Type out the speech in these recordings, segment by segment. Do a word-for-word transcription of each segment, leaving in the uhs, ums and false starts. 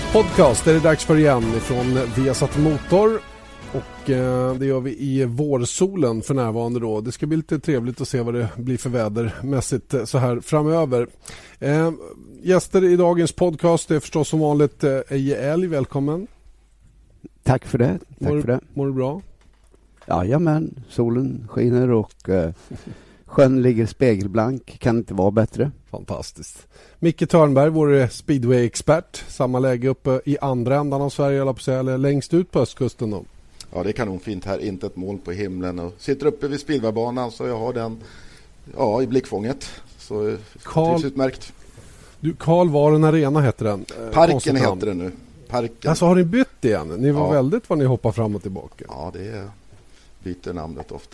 Podcast är det dags för igen från Viasat Motor och eh, det gör vi i vårsolen för närvarande då. Det ska bli lite trevligt att se vad det blir för vädermässigt så här framöver. Eh, gäster i dagens podcast är förstås som vanligt eh, Eje Älg, välkommen. Tack för det. Tack mår, för det. Mår du bra? Jajamän, solen skiner och eh, sjön ligger spegelblank. Kan inte vara bättre. Fantastiskt. Micke Törnberg, vår speedway-expert. Samma läge uppe i andra ändan av Sverige, eller, på sig, eller längst ut på östkusten då. Ja, det är kanonfint här. Inte ett moln på himlen. Och sitter uppe vid speedwaybanan så jag har den ja, i blickfånget. Så Karl, utmärkt. Du, Karl Varen Arena heter den. Parken heter den nu. Parken. Alltså har ni bytt igen? Ni var ja. väldigt vad ni hoppar fram och tillbaka. Ja, det är, byter namnet ofta.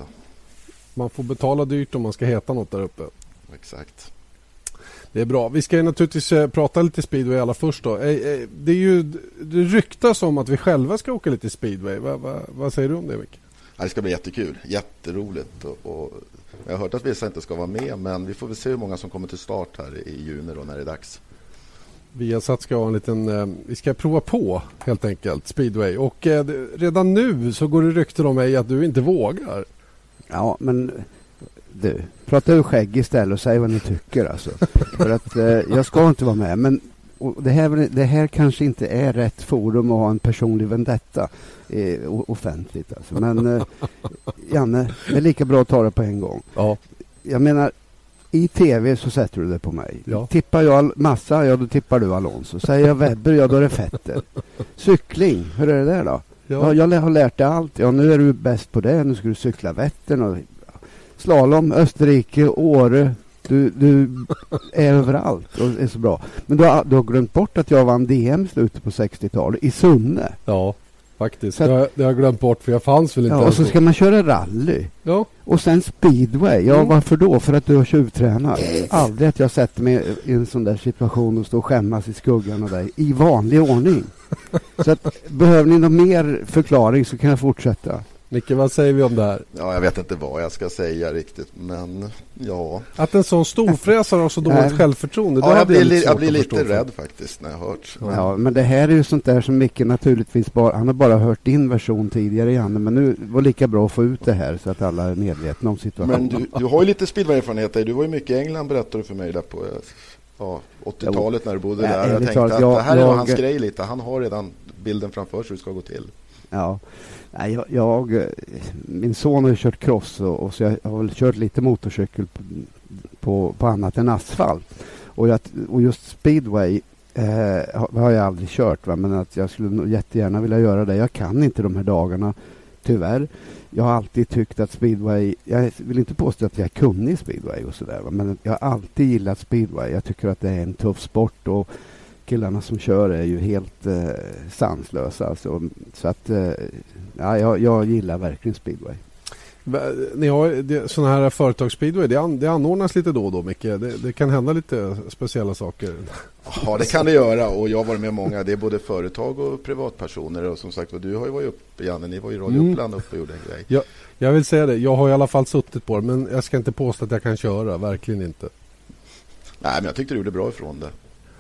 Man får betala dyrt om man ska heta något där uppe. Exakt. Det är bra. Vi ska ju naturligtvis prata lite speedway alla först då. Det är ju det ryktas om att vi själva ska åka lite speedway. Va, va, vad säger du om det, Micke? Ja, det ska bli jättekul. Jätteroligt. Och, och jag har hört att vissa inte ska vara med, men vi får väl se hur många som kommer till start här i juni då när det är dags. Viasat ska ha en liten, eh, vi ska prova på helt enkelt speedway. Och eh, redan nu så går det rykten om mig att du inte vågar. Ja, men du, prata ur skägg istället och säg vad ni tycker alltså. För att eh, jag ska inte vara med, men och det, här, det här kanske inte är rätt forum att ha en personlig vendetta eh, offentligt alltså. Men eh, Janne, det är lika bra att ta det på en gång. Ja. Jag menar, i tv så sätter du det på mig. Ja. Tippar jag massa, ja då tippar du Alonso. Säger jag Webber, ja då är det Fetter. Cykling, hur är det där då? Ja. Ja, jag har lärt dig allt. Ja, nu är du bäst på det. Nu ska du cykla Vättern och slalom, Österrike, Åre. Du, du är överallt och är så bra. Men du har, du har glömt bort att jag vann D M slutet på sextiotalet i Sunne. Ja, faktiskt. Att, det, har, det har jag glömt bort för jag fanns väl inte. Ja, och så ska man köra rally. Ja. Och sen speedway. Ja, Mm. varför då? För att du har tjuvtränat. Aldrig att jag sätter mig i en sån där situation och står och skämmas i skuggan av dig. I vanlig ordning. Så att, behöver ni någon mer förklaring så kan jag fortsätta. Micke, vad säger vi om det här? Ja, jag vet inte vad jag ska säga riktigt, men ja. Att en sån storfräsare har så dåligt självförtroende. Ja, jag blir, jag, jag blir lite lite rädd faktiskt när jag hört. Ja. ja, men det här är ju sånt där som Micke naturligtvis bara, han har bara hört din version tidigare, Janne, men nu var det lika bra att få ut det här så att alla är medvetna om situationen. Men du, du har ju lite speedway-erfarenhet. Du var ju mycket i England, berättade du för mig där på ja, åttiotalet när du bodde ja, där. Jag tänkte att jag, det här är jag, hans grej lite. Han har redan bilden framför sig hur det ska gå till. Ja, nej, jag, jag, min son har ju kört cross och, och så jag har väl kört lite motorcykel på, på, på annat än asfalt. Och, jag, och just speedway eh, har jag aldrig kört, va? Men att jag skulle nog jättegärna vilja göra det. Jag kan inte de här dagarna, tyvärr. Jag har alltid tyckt att speedway, jag vill inte påstå att jag är kunnig i speedway och sådär, va? Men jag har alltid gillat speedway. Jag tycker att det är en tuff sport och killarna som kör är ju helt eh, sanslösa. Alltså. Så att eh, ja, jag, jag gillar verkligen speedway. Ni har sådana här företagsspeedway, det, an, det anordnas lite då och då, Micke. Det, det kan hända lite speciella saker. Ja, det kan det göra, och jag har varit med många. Det är både företag och privatpersoner. Och som sagt, du har ju varit uppe, Janne, ni var ju i Radio Uppland uppe och gjorde en grej. Jag, jag vill säga det, jag har i alla fall suttit på det, men jag ska inte påstå att jag kan köra, verkligen inte. Nej, men jag tyckte du gjorde bra ifrån det.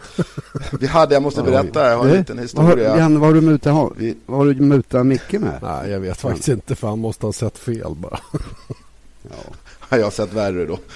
Vi hade, jag måste berätta, jag har en du, liten historia. Vad, Jan, vad har du mutat, vi, vad har du mutat Micke med? Nej, jag vet faktiskt inte, för han måste ha sett fel bara. Ja. Jag har sett värre då.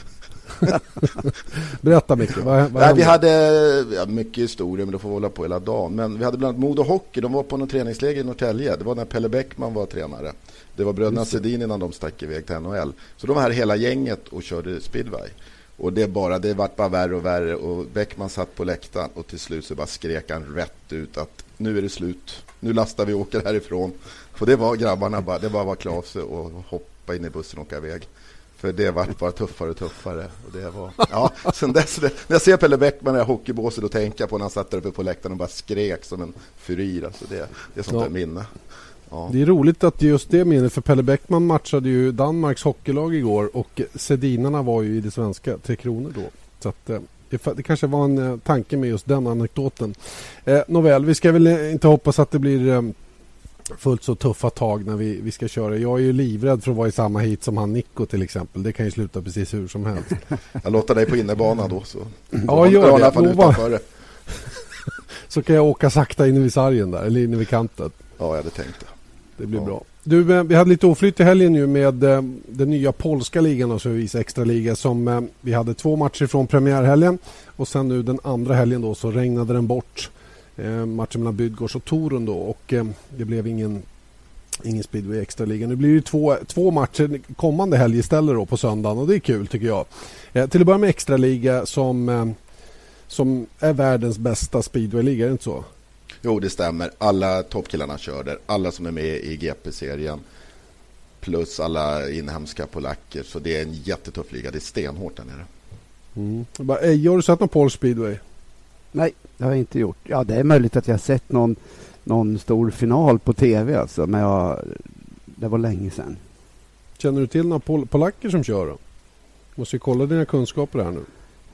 Berätta Micke, vad, vad Nej, vi hade ja, mycket historia, men då får vi hålla på hela dagen. Men vi hade bland annat Modo Hockey, de var på någon träningsläger i Norrtälje. Det var när Pelle Bäckman var tränare. Det var bröderna Sedin innan de stack iväg till N H L. Så de var här hela gänget och körde speedway. Och det bara, det vart bara värre och värre. Och Bäckman satt på läktaren och till slut så bara skrek han rätt ut att nu är det slut. Nu lastar vi och åker härifrån. För det var grabbarna bara, det bara var klase och hoppa in i bussen och åka iväg. För det var bara tuffare och tuffare. Och det var, ja, sen dess, det, när jag ser Pelle Bäckman i hockeybåset och tänker på när han satt där uppe på läktaren och bara skrek som en furir. Alltså det, det är sånt ja. där minne. Ja. Det är roligt att just det minnet, för Pelle Bäckman matchade ju Danmarks hockeylag igår och Sedinarna var ju i det svenska Tre Kronor då. Så att, det, det kanske var en tanke med just den anekdoten. Eh, nåväl, vi ska väl inte hoppas att det blir eh, fullt så tuffa tag när vi, vi ska köra. Jag är ju livrädd för att vara i samma hit som han Nico till exempel. Det kan ju sluta precis hur som helst. Jag låter dig på innerbana då. Så. Ja, gör det. Då var... så kan jag åka sakta in vid sargen där, eller in vid kanten. Ja, jag hade tänkt det. Det blir Ja. bra. Du, vi hade lite oflytt i helgen nu med eh, den nya polska ligan, och så vis extra liga, som eh, vi hade två matcher från premiärhelgen, och sen nu den andra helgen då så regnade den bort eh, matchen mellan Bydgoszcz och Torun då, och eh, det blev ingen ingen speedway extra liga. Nu blir det två, två matcher kommande helg istället då på söndagen, och det är kul tycker jag. Eh, till att börja med extra liga som eh, som är världens bästa speedway-liga, är det inte så? Jo, det stämmer. Alla toppkillarna kör där. Alla som är med i G P-serien. Plus alla inhemska polacker. Så det är en jättetuff liga. Det är stenhårt där nere. Mm. Bara, ej, har du sett någon polsk speedway? Nej, det har jag inte gjort. Ja, det är möjligt att jag har sett någon, någon stor final på tv alltså. Men jag, det var länge sedan. Känner du till några pol- polacker som kör då? Måste ju kolla dina kunskaper här nu.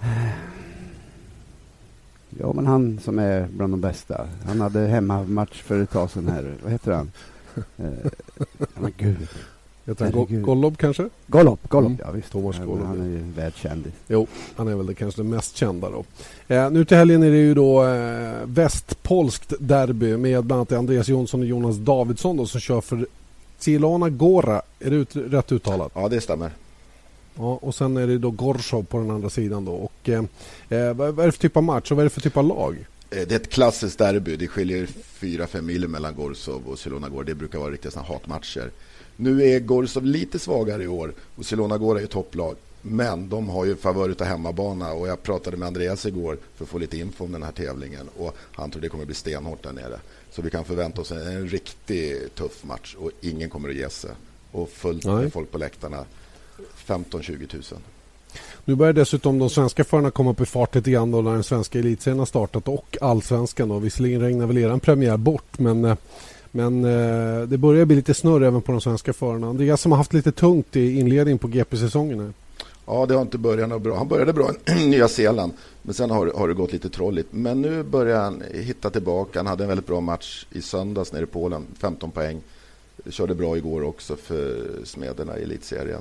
Ja, men han som är bland de bästa. Han hade hemmamatch för ett tag sedan här. Vad heter han? eh, men gud. Heter han Go- Golob kanske? Golob, Golob. Mm. Ja, visst. Thomas han, Golob. han är ju världskändis. Jo, han är väl det kanske det mest kända då. Eh, nu till helgen är det ju då eh, västpolskt derby med bland annat Andreas Jonsson och Jonas Davidsson då, som kör för Zielona Góra. Är det ut- rätt uttalat? Ja, det stämmer. Ja, och sen är det då Gorzów på den andra sidan då. Och, eh, vad, vad är det för typ av match och vad är det för typ av lag? Det är ett klassiskt derby. Det skiljer fyra fem mil mellan Gorzów och Zielona Góra. Det brukar vara riktigt såna hatmatcher. Nu är Gorzów lite svagare i år och Zielona Góra är ju topplag. Men de har ju favör utav hemmabana, och jag pratade med Andreas igår för att få lite info om den här tävlingen, och han tror det kommer bli stenhårt där nere. Så vi kan förvänta oss en, en riktigt tuff match, och ingen kommer att ge sig. Och fullt med Nej. folk på läktarna. femton till tjugo tusen. Nu börjar dessutom de svenska förarna komma upp i fart lite grann då när den svenska elitserien har startat, och allsvenskan då. Visserligen regnar väl eran premiär bort, men, eh, men eh, det börjar bli lite snurr även på de svenska förarna. Andreas som har haft lite tungt i inledningen på G P-säsongen här. Ja, det har inte börjat något bra. Han började bra i Nya Zeeland, men sen har, har det gått lite trolligt. Men nu börjar han hitta tillbaka. Han hade en väldigt bra match i söndags nere i Polen, femton poäng. Körde bra igår också för Smederna i elitserien.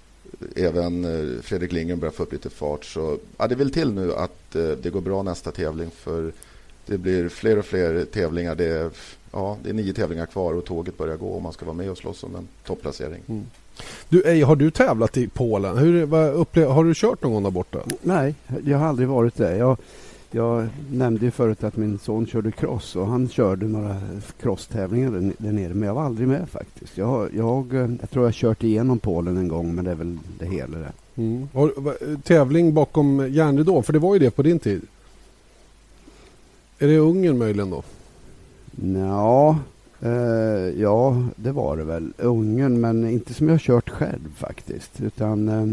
Även Fredrik Lindgren börjar få upp lite fart. Så ja, det vill till nu att eh, det går bra nästa tävling, för det blir fler och fler tävlingar. Det är, ja, det är nio tävlingar kvar och tåget börjar gå om man ska vara med och slåss om en topplacering. Mm. Du, ej, har du tävlat i Polen? Hur, vad upplev, har du kört någon gång där borta? Nej, jag har aldrig varit där. Jag, jag nämnde ju förut att min son körde cross, och han körde några crosstävlingar där, där nere, men jag var aldrig med faktiskt. Jag, jag, jag tror jag kört igenom Polen en gång, men det är väl det hela det. Mm. Har, va, tävling bakom järnridån, för det var ju det på din tid. Är det Ungern möjligen då? Ja, eh, ja, det var det väl. Ungern, men inte som jag har kört själv faktiskt. Utan eh,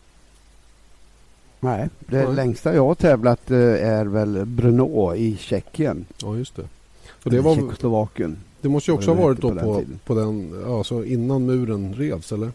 nej, det Nej. längsta jag har tävlat eh, är väl Brno i Tjeckien. Ja, just det. Och det, var, Tjeckoslovakien. det måste ju också ha Vad det varit då hette på, på på, den på tiden. den, ja, så innan muren revs, eller?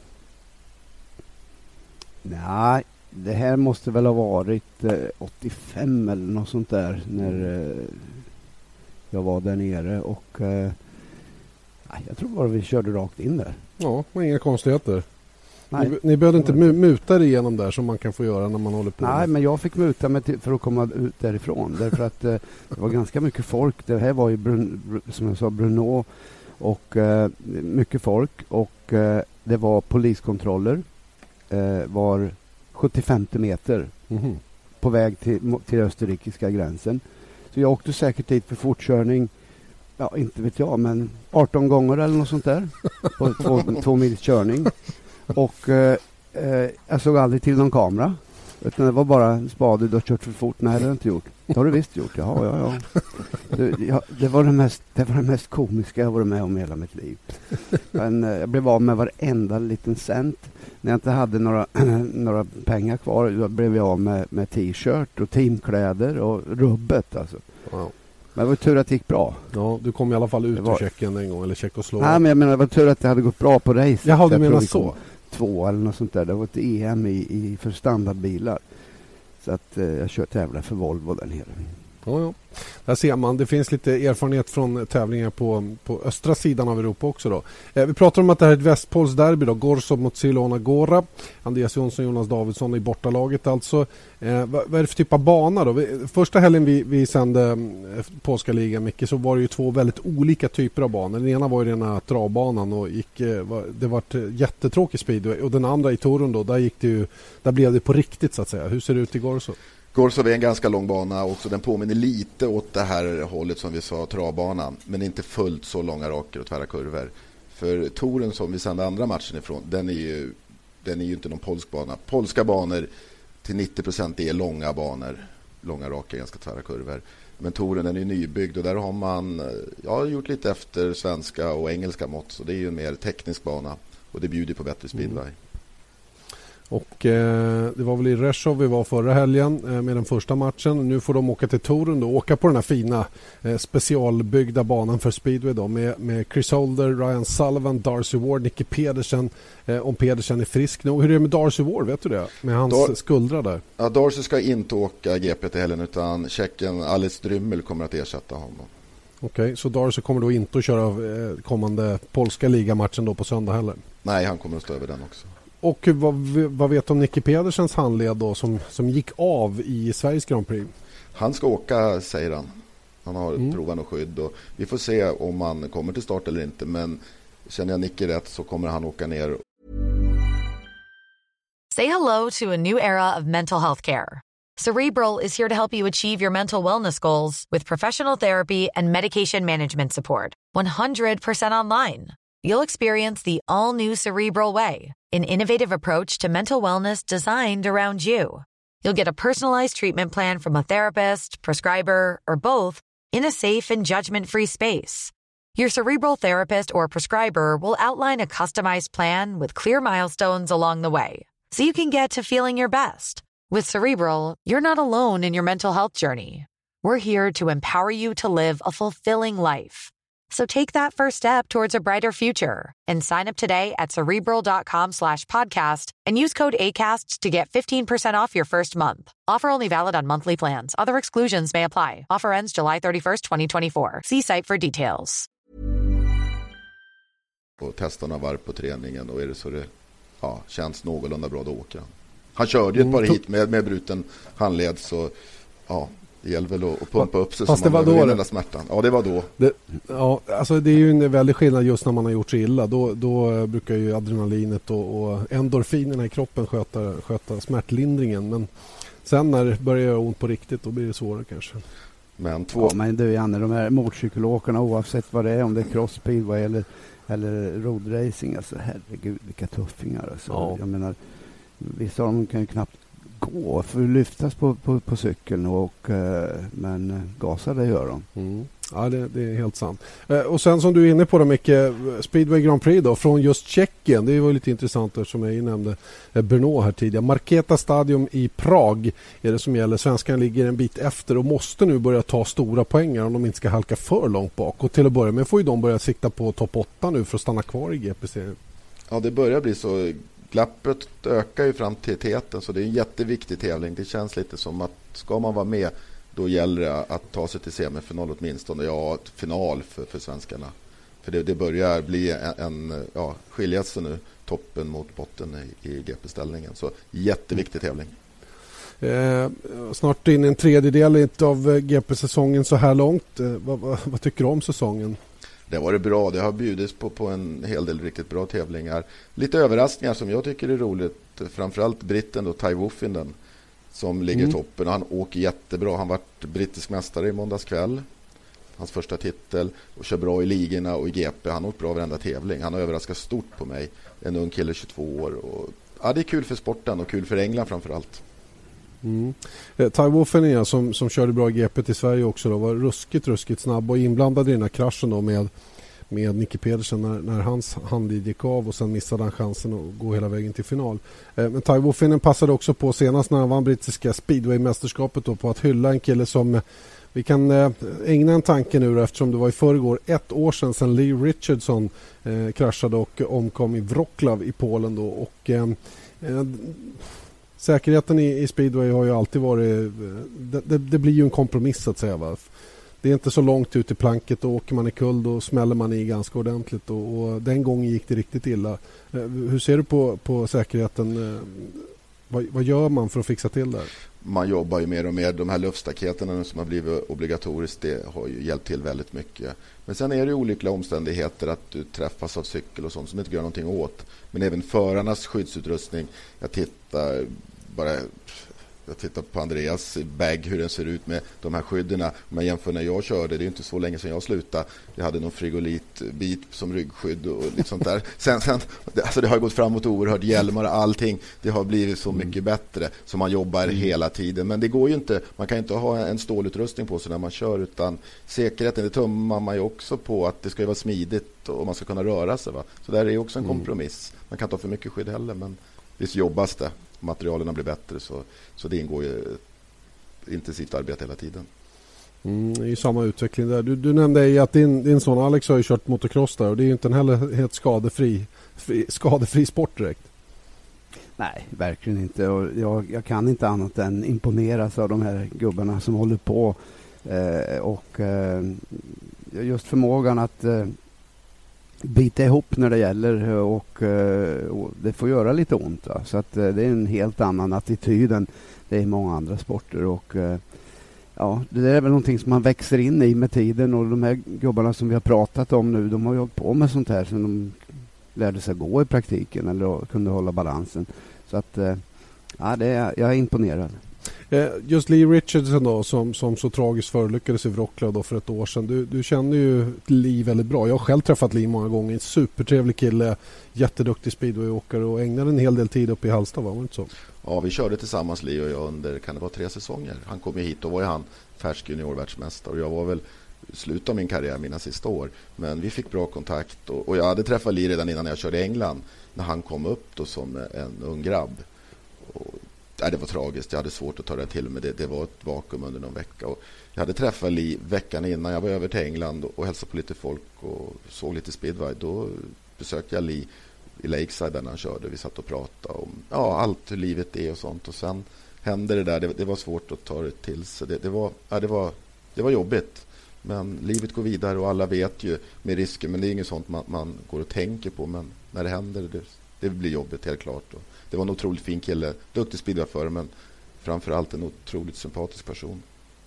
Nej, det här måste väl ha varit eh, åttiofem eller något sånt där när eh, jag var där nere, och eh, nej, jag tror bara vi körde rakt in där. Ja, och inga konstigheter. Nej, Ni, ni behövde inte mu- muta er igenom där som man kan få göra när man håller på. nej men jag fick muta mig till, för att komma ut därifrån, därför att eh, det var ganska mycket folk. Det här var ju Brun, Br- som jag sa Brno, och eh, mycket folk, och eh, det var poliskontroller eh, var sjuttiofem meter Mhm. på väg till, till österrikiska gränsen. Så jag åkte säkert dit för fortkörning, ja inte vet jag, men arton gånger eller något sånt där på två, två mils körning. Och eh, eh, jag såg aldrig till någon kamera, utan det var bara spade, du har kört för fort. Nej, det har jag inte gjort. Det har du visst gjort. Jaha, ja, ja. Det, ja, det, var det, mest, det var det mest komiska jag varit med om i hela mitt liv. Men eh, jag blev av med varenda liten cent. När jag inte hade några, några pengar kvar, då blev jag av med, med t-shirt och teamkläder och rubbet alltså. Wow. Men det var tur att det gick bra. Ja, du kom i alla fall ut Det var- ur Tjeckien en gång, eller Tjeckoslovakien. Nej, men jag menar, det var tur att det hade gått bra på racet. Jaha, du Jag menar tror vi så? kom Två eller något sånt där. Det var ett E M i, i för standardbilar. Så att eh, jag kör tävlar för Volvo där nere. Ja, ja. Där ser man, det finns lite erfarenhet från tävlingar på, på östra sidan av Europa också då. Eh, vi pratar om att det här är ett västpols derby då, Gorzów mot Zielona Góra. Andreas Jonsson och Jonas Davidsson i bortalaget alltså. Eh, vad, vad är det för typ av bana då? Vi, första helgen vi, vi sände eh, polska ligan mycket, så var det ju två väldigt olika typer av banor. Den ena var ju den här travbanan och gick, eh, var, det var ett jättetråkig speedway, och den andra i Torun då, där gick det ju, där blev det på riktigt så att säga. Hur ser det ut i Gorzów? Gorzów är en ganska lång bana också. Den påminner lite åt det här hållet som vi sa, travbanan. Men inte fullt så långa raker och tvära kurvor. För Torun som vi sände andra matchen ifrån, den är ju, den är ju inte någon polsk bana. Polska banor till nittio procent är långa banor. Långa raker, ganska tvära kurvor. Men Torun den är ju nybyggd och där har man ja, gjort lite efter svenska och engelska mått. Så det är ju en mer teknisk bana och det bjuder på bättre speedway. Mm. Och eh, det var väl i Rzeszów vi var förra helgen eh, med den första matchen. Nu får de åka till Torun och åka på den här fina eh, specialbyggda banan för speedway då, med, med Chris Holder, Ryan Sullivan, Darcy Ward, Nicky Pedersen. Eh, om Pedersen är frisk nog. Hur är det med Darcy Ward, vet du det? Med hans Dar- skuldra där. Ja, Darcy ska inte åka G P till helgen utan tjecken Alice Drymmel kommer att ersätta honom. Okej, okay, så Darcy kommer då inte att köra eh, kommande polska ligamatchen då på söndag heller? Nej, han kommer att stå över den också. Och vad, vad vet du om Nicky Pedersens handled då som, som gick av i Sveriges Grand Prix? Han ska åka, säger han. Han har mm. provan och skydd. Och vi får se om han kommer till start eller inte. Men känner jag Nicky rätt så kommer han åka ner. Say hello to a new era of mental health care. Cerebral is here to help you achieve your mental wellness goals with professional therapy and medication management support. one hundred percent online. You'll experience the all-new Cerebral Way, an innovative approach to mental wellness designed around you. You'll get a personalized treatment plan from a therapist, prescriber, or both in a safe and judgment-free space. Your Cerebral therapist or prescriber will outline a customized plan with clear milestones along the way, so you can get to feeling your best. With Cerebral, you're not alone in your mental health journey. We're here to empower you to live a fulfilling life. So take that first step towards a brighter future and sign up today at Cerebral.com slash podcast and use code ACAST to get fifteen percent off your first month. Offer only valid on monthly plans. Other exclusions may apply. Offer ends July thirty-first, twenty twenty-four. See site for details. Och testa några varv på träningen och är det så det ja, känns någorlunda bra, då åker han. Han körde ju ett par hit med, med bruten handled så ja... Det gäller väl att pumpa upp sig. Fast som det man var då det. Smärtan. Ja, det var då. Det, ja, alltså det är ju en väldig skillnad just när man har gjort sig illa. Då, då brukar ju adrenalinet och, och endorfinerna i kroppen sköta, sköta smärtlindringen. Men sen när det börjar göra ont på riktigt, då blir det svårare kanske. Men två... Ja, men du Janne, de här motorcykelåkarna, oavsett vad det är, om det är cross speedway eller, eller roadracing, alltså herregud, vilka tuffingar. Alltså. Ja. Jag menar, vissa av dem kan ju knappt gå för att lyftas på, på, på cykeln och, eh, men gasa det gör de. Mm. Ja, det, det är helt sant. Eh, och sen som du är inne på det mycket, Speedway Grand Prix då, från just Tjeckien. Det var lite intressant som jag nämnde eh, Brno här tidigare. Markéta Stadium i Prag är det som gäller. Svenskan ligger en bit efter och måste nu börja ta stora poänger om de inte ska halka för långt bak. Och till att börja med får ju de börja sikta på topp åtta nu för att stanna kvar i G P-serien. Ja, det börjar bli så. Glappet ökar ju fram till täten, så det är en jätteviktig tävling. Det känns lite som att ska man vara med, då gäller det att ta sig till semifinal åtminstone. Ja, final för, för svenskarna. För det, det börjar bli en, en ja, skiljas sig nu toppen mot botten i, i G P-ställningen. Så jätteviktig tävling. Eh, snart in en tredjedel av G P-säsongen så här långt. Eh, vad, vad, vad tycker du om säsongen? Det var det bra. Det har bjudits på, på en hel del riktigt bra tävlingar. Lite överraskningar som jag tycker är roligt. Framförallt britten då, Ty Woffinen, som ligger mm. i toppen. Han åker jättebra. Han varit brittisk mästare i måndags kväll. Hans första titel. Och kör bra i ligorna och i G P. Han har åkt bra varenda tävling. Han har överraskat stort på mig. En ung kille, tjugotvå år. Och, ja, det är kul för sporten och kul för England framförallt. Mm. Eh, Ty Woffinen som, som körde bra G P till Sverige också då, var ruskigt, ruskigt snabb och inblandad i den här kraschen då med, med Nicky Pedersen när, när hans handled gick av och sen missade han chansen att gå hela vägen till final. Eh, men Ty Woffinen passade också på senast när han vann brittiska speedway-mästerskapet då, på att hylla en kille som vi kan eh, ägna en tanke nu då, eftersom det var i förrgår ett år sedan sedan Lee Richardson eh, kraschade och omkom i Wrocław i Polen då, och eh, säkerheten i, i speedway har ju alltid varit, det, det, det blir ju en kompromiss så att säga, va? Det är inte så långt ut i planket och åker man i kull då smäller man i ganska ordentligt och, och den gången gick det riktigt illa. Hur ser du på, på säkerheten? Vad, vad gör man för att fixa till det? Man jobbar ju mer och mer. De här luftstaketen som har blivit obligatoriskt, det har ju hjälpt till väldigt mycket. Men sen är det ju olyckliga omständigheter att du träffas av cykel och sånt som inte gör någonting åt. Men även förarnas skyddsutrustning. Jag tittar bara... Jag tittar på Andreas bag, hur den ser ut med de här skydden. Om jag jämför när jag körde, det är inte så länge sedan jag slutade. Jag hade någon frigolitbit som ryggskydd och lite sånt där. Sen, sen, alltså det har gått framåt oerhört, hjälmar och allting. Det har blivit så mycket bättre så man jobbar mm. hela tiden. Men det går ju inte, man kan inte ha en stålutrustning på sig när man kör, utan säkerheten, det tummar man ju också på att det ska vara smidigt och man ska kunna röra sig. Va? Så där är också en kompromiss. Man kan inte ha för mycket skydd heller, men visst jobbas det. Materialen blir bättre, så, så det ingår ju intensivt arbete hela tiden. Mm, det är ju samma utveckling där. Du, du nämnde ju att din, din son Alex har ju kört motocross där och det är ju inte en heller helt skadefri, fri, skadefri sport direkt. Nej, verkligen inte. Och jag, jag kan inte annat än imponeras av de här gubbarna som håller på eh, och eh, just förmågan att eh, bita ihop när det gäller och, och det får göra lite ont. Va? Så att det är en helt annan attityd än det är i många andra sporter. Och ja, det är väl någonting som man växer in i med tiden, och de här gubbarna som vi har pratat om nu, de har ju hållit på med sånt här som de lärde sig gå i praktiken eller kunde hålla balansen. Så att ja, det är, jag är imponerad. Just Lee Richardson då, som, som så tragiskt förolyckades i Wroclaw då för ett år sedan. Du, du känner ju Lee väldigt bra. Jag har själv träffat Lee många gånger. En supertrevlig kille, jätteduktig speedwayåkare och ägnade en hel del tid upp i Halmstad, var det inte så? Ja, vi körde tillsammans, Lee och jag, under, kan det vara tre säsonger. Han kom ju hit och var ju han färsk juniorvärldsmästare och jag var väl slut av min karriär, mina sista år. Men vi fick bra kontakt och, och jag hade träffat Lee redan innan jag körde i England när han kom upp då som en ung grabb. Och nej, det var tragiskt. Jag hade svårt att ta det till mig. Det, det var ett vakuum under någon vecka. Och jag hade träffat Lee veckan innan. Jag var över till England och hälsade på lite folk och såg lite speedway. Då besökte jag Lee i Lakeside där han körde. Vi satt och pratade om ja, allt hur livet är och sånt. Och sen hände det där. Det, det var svårt att ta det till sig. Det, det, var, ja, det, var, det var jobbigt. Men livet går vidare och alla vet ju med risker. Men det är inget sånt man, man går och tänker på. Men när det händer, det, det blir jobbigt helt klart. Och det var en otroligt fin kille, duktig speedwayförare, men framförallt en otroligt sympatisk person.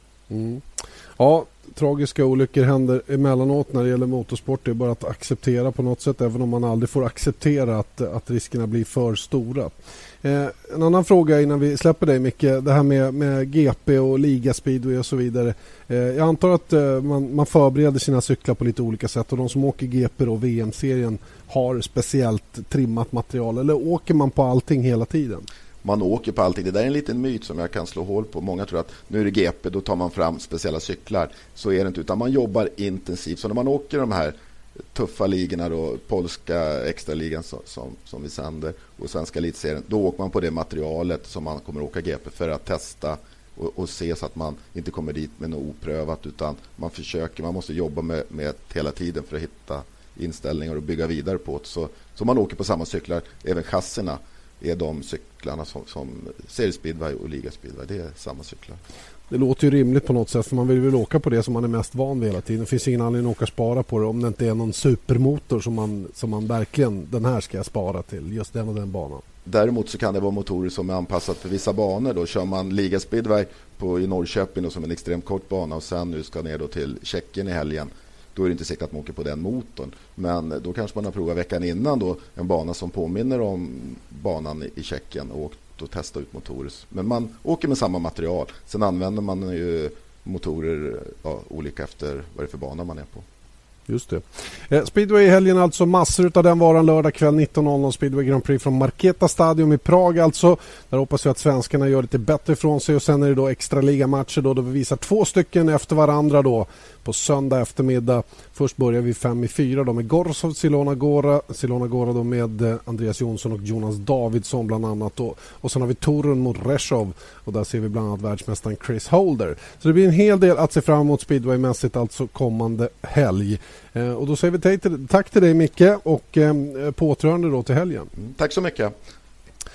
Mm. Ja, tragiska olyckor händer emellanåt när det gäller motorsport. Det är bara att acceptera på något sätt, även om man aldrig får acceptera att, att riskerna blir för stora. Eh, en annan fråga innan vi släpper dig, Micke, det här med, med G P och Liga Speedway och så vidare. Eh, jag antar att eh, man, man förbereder sina cyklar på lite olika sätt, och de som åker G P och V M-serien har speciellt trimmat material, eller åker man på allting hela tiden? Man åker på allting. Det där är en liten myt som jag kan slå hål på. Många tror att nu är det G P, då tar man fram speciella cyklar. Så är det inte, utan man jobbar intensivt. Så när man åker de här tuffa ligorna då, polska extraligan som, som, som vi sänder och svenska elitserien, då åker man på det materialet som man kommer åka G P för att testa och, och se så att man inte kommer dit med något oprövat, utan man försöker, man måste jobba med, med hela tiden för att hitta inställningar och bygga vidare på det. Så, så man åker på samma cyklar, även chassierna är de cyklarna som, som seriespeedway och ligaspeedway, det är samma cyklar. Det låter ju rimligt på något sätt, för man vill väl åka på det som man är mest van vid hela tiden. Det finns ingen anledning att åka spara på det om det inte är någon supermotor som man, som man verkligen, den här ska jag spara till, just den och den banan. Däremot så kan det vara motorer som är anpassat för vissa banor. Då kör man ligaspeedway på, i Norrköping och som en extremt kort bana, och sen nu ska ner då till Tjeckien i helgen. Då är det inte säkert att man åker på den motorn. Men då kanske man har provat veckan innan då en bana som påminner om banan i Tjeckien och åkt och testat ut motorer. Men man åker med samma material. Sen använder man ju motorer ja, olika efter vad det är för bana man är på. Just det. Eh, Speedway i helgen alltså, massor av den varan lördag kväll nitton noll noll Speedway Grand Prix från Marketa Stadium i Prag alltså. Där hoppas vi att svenskarna gör lite bättre ifrån sig, och sen är det då extra ligamatcher då, då vi visar två stycken efter varandra då på söndag eftermiddag. Först börjar vi fem i fyra då med Gorsov, Silona Gora, Silona Gora då med eh, Andreas Jonsson och Jonas Davidsson bland annat då. Och sen har vi Torun mot Reshov, och där ser vi bland annat världsmästaren Chris Holder. Så det blir en hel del att se fram emot speedwaymässigt alltså kommande helg. Eh, och då säger vi tack till, tack till dig Micke, och eh, på återhörande då till helgen. Mm, tack så mycket.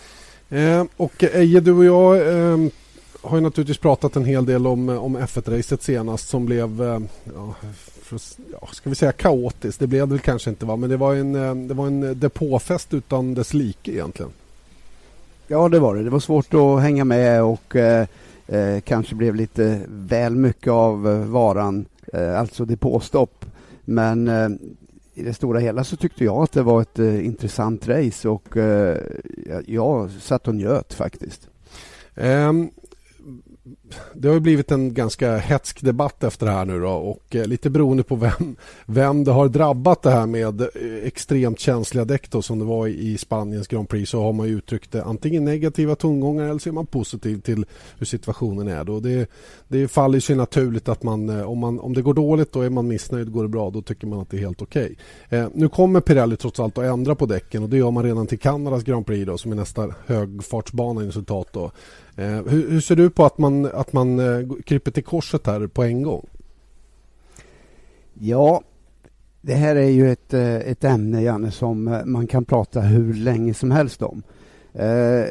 Eh, och Eje, du och jag eh, har ju naturligtvis pratat en hel del om, om F ett-racet senast som blev, eh, ja, för, ja, ska vi säga kaotiskt. Det blev det väl kanske inte, va? Men det var en, det var en depåfest utan dess like egentligen. Ja, det var det. Det var svårt att hänga med och eh, eh, kanske blev lite väl mycket av eh, varan, eh, alltså depåstopp. Men eh, i det stora hela så tyckte jag att det var ett eh, intressant race och eh, jag satt och njöt faktiskt. Um. Det har ju blivit en ganska hetsk debatt efter det här nu då, och eh, lite beroende på vem, vem det har drabbat det här med eh, extremt känsliga däck då, som det var i, i Spaniens Grand Prix, så har man ju uttryckt det, antingen negativa tongångar eller så är man positiv till hur situationen är då. Det, det faller sig naturligt att man, eh, om, man, om det går dåligt då är man missnöjd, går det bra då tycker man att det är helt okej. Eh, nu kommer Pirelli trots allt att ändra på däcken och det gör man redan till Kanadas Grand Prix då, som är nästa högfartsbana i resultat då. Eh, hur, hur ser du på att man, att man eh, kryper till korset här på en gång? Ja, det här är ju ett, ett ämne, Janne, som man kan prata hur länge som helst om. Eh,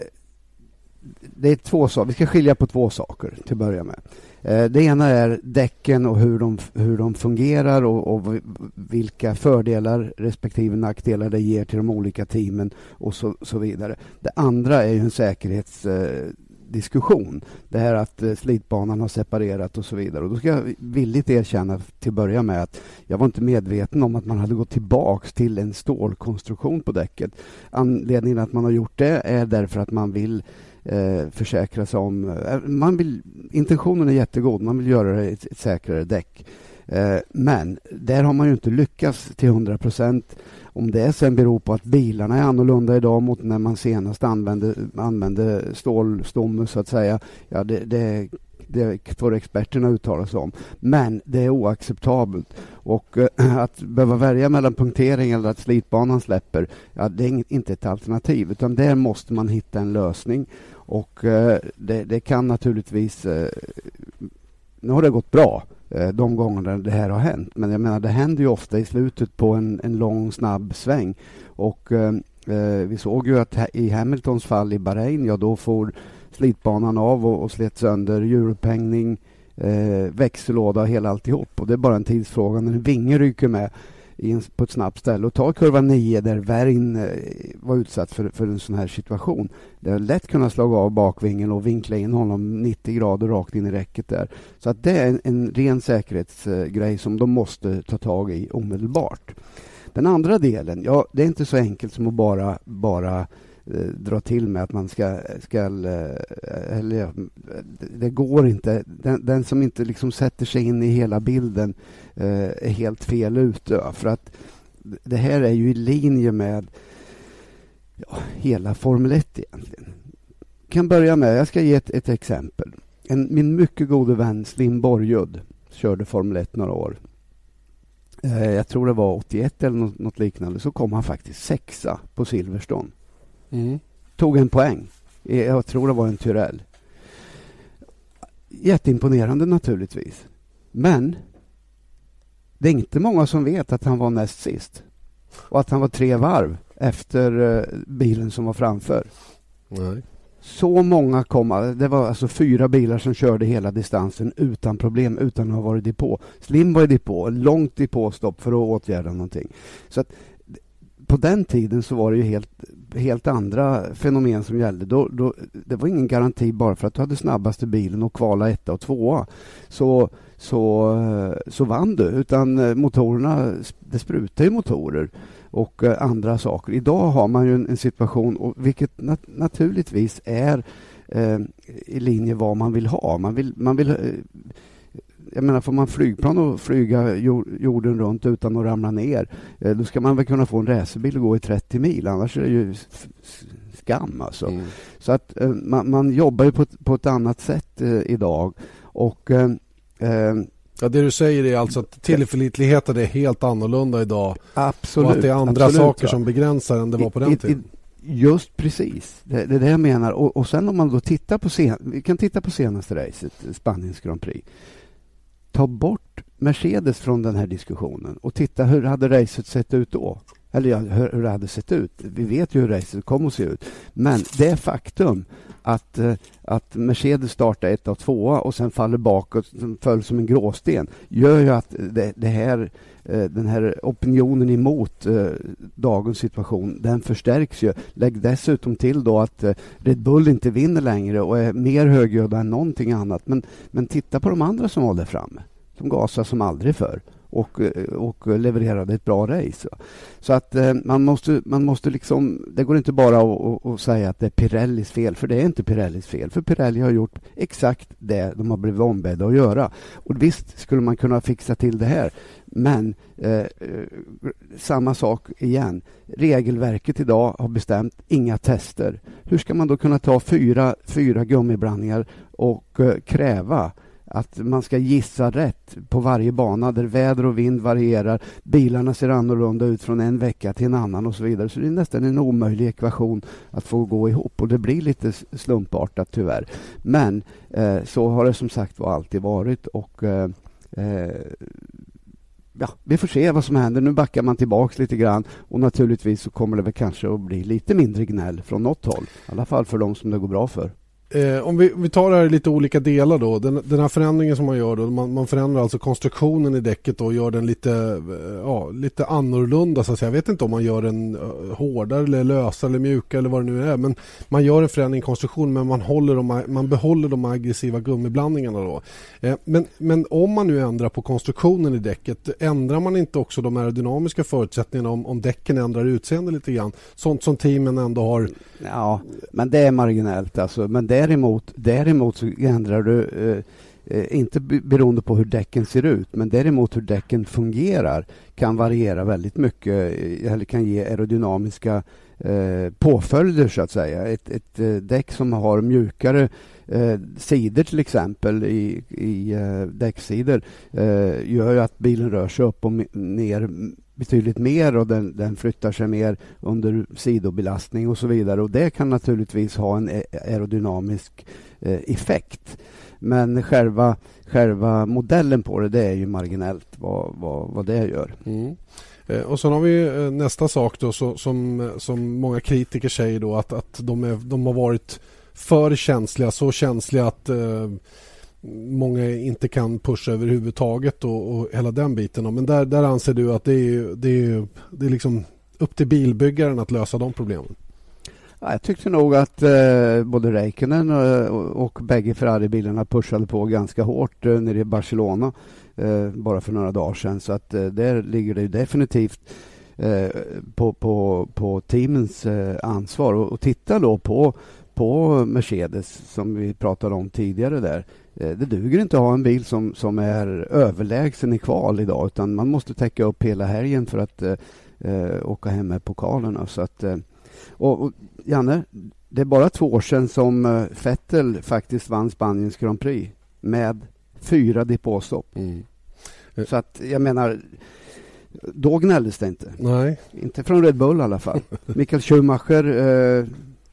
det är två saker. Vi ska skilja på två saker till att börja med. Eh, det ena är däcken och hur de, hur de fungerar och, och vilka fördelar respektive nackdelar det ger till de olika teamen och så, så vidare. Det andra är ju en säkerhets... Eh, diskussion. Det här att eh, slitbanan har separerat och så vidare. Och då ska jag villigt erkänna till att börja med att jag var inte medveten om att man hade gått tillbaks till en stålkonstruktion på däcket. Anledningen att man har gjort det är därför att man vill eh, försäkra sig om... Eh, man vill, intentionen är jättegod. Man vill göra det ett, ett säkrare däck. Eh, men där har man ju inte lyckats till hundra procent. Om det sen beror på att bilarna är annorlunda idag mot när man senast använde, använde stålstomme så att säga. Ja, det, det, det får experterna uttala sig om. Men det är oacceptabelt. Och äh, att behöva välja mellan punktering eller att slitbanan släpper, ja, det är inte ett alternativ. Utan där måste man hitta en lösning. Och äh, det, det kan naturligtvis... Äh, nu har det gått bra de gångerna det här har hänt. Men jag menar, det händer ju ofta i slutet på en, en lång snabb sväng. Och eh, vi såg ju att i Hamiltons fall i Bahrain, ja då får slitbanan av och, och slet sönder hjulupphängning, eh, växellåda och hela alltihop. Och det är bara en tidsfråga när en vinge ryker med i en, på ett snabbt ställe. Och ta kurva nio där Värn eh, var utsatt för, för en sån här situation. Det är lätt kunna slå av bakvingen och vinkla in honom nittio grader rakt in i räcket där. Så att det är en, en ren säkerhetsgrej eh, som de måste ta tag i omedelbart. Den andra delen, ja, det är inte så enkelt som att bara, bara eh, dra till med att man ska... ska eh, eller, det går inte. Den, den som inte liksom sätter sig in i hela bilden eh, är helt fel ute. För att det här är ju i linje med ja, hela Formel ett egentligen. Jag kan börja med, jag ska ge ett, ett exempel. En, min mycket gode vän Slim Borgud körde Formel ett några år. Eh, jag tror det var åttioett eller något, något liknande. Så kom han faktiskt sexa på Silverstone. Mm. Tog en poäng. Jag tror det var en Tyrell. Jätteimponerande naturligtvis. Men det är inte många som vet att han var näst sist. Och att han var tre varv efter uh, bilen som var framför. Nej. Så många kom. Det var alltså fyra bilar som körde hela distansen utan problem, utan att ha varit depå. Slim var i depå, långt depåstopp för att åtgärda någonting. Så att på den tiden så var det ju helt, helt andra fenomen som gällde. Då, då, det var ingen garanti bara för att du hade snabbaste bilen och kvala etta och tvåa. Så, så, så vann du. Utan motorerna, det sprutar ju motorer och uh, andra saker. Idag har man ju en, en situation, och vilket nat- naturligtvis är uh, i linje vad man vill ha. Man vill... Man vill uh, Jag menar, får man flygplan och flyga jorden runt utan att ramla ner, då ska man väl kunna få en racerbil och gå i trettio mil. Annars är det ju skam alltså. Mm. Så att eh, man, man jobbar ju på, på ett annat sätt eh, idag. Och eh, ja, det du säger är alltså att tillförlitligheten är helt annorlunda idag. Absolut. Och att det är andra absolut, saker ja. som begränsar än det var på den I, tiden. I, just precis. Det, det är det jag menar. Och, och sen om man då tittar på sen, vi kan titta på senaste racet, Spaniens Grand Prix. Ta bort Mercedes från den här diskussionen och titta hur hade racet sett ut då? Eller ja, hur, hur det hade sett ut. Vi vet ju hur racet kommer att se ut. Men det faktum att, att Mercedes startar ett av tvåa och sen faller bakåt, föll som en gråsten, gör ju att det, det här, den här opinionen emot eh, dagens situation, den förstärks ju. Lägg dessutom till då att eh, Red Bull inte vinner längre och är mer högljudda än någonting annat. Men, men titta på de andra som var där framme. De gasar som aldrig förr. Och, och levererade ett bra race. Så att eh, man måste, man måste liksom, det går inte bara att, att säga att det är Pirellis fel, för det är inte Pirellis fel, för Pirelli har gjort exakt det de har blivit ombedda att göra. Och visst skulle man kunna fixa till det här, men eh, samma sak igen. Regelverket idag har bestämt inga tester. Hur ska man då kunna ta fyra, fyra gummiblandningar och eh, kräva att man ska gissa rätt på varje bana där väder och vind varierar, bilarna ser annorlunda ut från en vecka till en annan och så vidare. Så det är nästan en omöjlig ekvation att få gå ihop och det blir lite slumpartat tyvärr. Men eh, så har det som sagt alltid varit och eh, eh, ja, vi får se vad som händer. Nu backar man tillbaka lite grann och naturligtvis så kommer det väl kanske att bli lite mindre gnäll från något håll. I alla fall för de som det går bra för. Eh, om vi, vi tar det här i lite olika delar då. Den, den här förändringen som man gör då, man, man förändrar alltså konstruktionen i däcket och gör den lite, ja, lite annorlunda så att säga. Jag vet inte om man gör den uh, hårdare eller lösare eller mjukare eller vad det nu är, men man gör en förändring i konstruktion, men man, håller de, man behåller de aggressiva gummiblandningarna då. Eh, men, men om man nu ändrar på konstruktionen i däcket, ändrar man inte också de aerodynamiska förutsättningarna om, om däcken ändrar utseende lite grann? Sånt som teamen ändå har... Ja, men det är marginellt alltså. Men däremot, däremot så ändrar du eh, inte beroende på hur däcken ser ut, men däremot hur däcken fungerar kan variera väldigt mycket eller kan ge aerodynamiska eh, påföljder så att säga. Ett, ett eh, däck som har mjukare eh, sidor till exempel i, i eh, däcksidor eh, gör ju att bilen rör sig upp och ner betydligt mer och den, den flyttar sig mer under sidobelastning och så vidare, och det kan naturligtvis ha en aerodynamisk eh, effekt, men själva, själva modellen på det, det är ju marginellt vad, vad, vad det gör. Mm. Eh, och sen har vi eh, nästa sak då, så, som, som många kritiker säger då, att, att de, är, de har varit för känsliga, så känsliga att eh, många inte kan pusha överhuvudtaget och, och hela den biten. Men där, där anser du att det är, det är, det är liksom upp till bilbyggaren att lösa de problemen? Ja, jag tyckte nog att eh, både Räikkönen och, och bägge Ferrari-bilarna pushade på ganska hårt eh, nere i Barcelona eh, bara för några dagar sedan. Så att eh, där ligger det ju definitivt eh, på, på, på teamens eh, ansvar. Och, och titta då på, på Mercedes som vi pratade om tidigare där. Det duger inte att ha en bil som, som är överlägsen i kval idag, utan man måste täcka upp hela helgen för att eh, åka hem med pokalerna. Så att, eh, och, och Janne, det är bara två år sedan som eh, Vettel faktiskt vann Spaniens Grand Prix med fyra depåstopp. Mm. Så att jag menar, då gnälldes det inte. Nej. Inte från Red Bull i alla fall. Michael Schumacher, eh,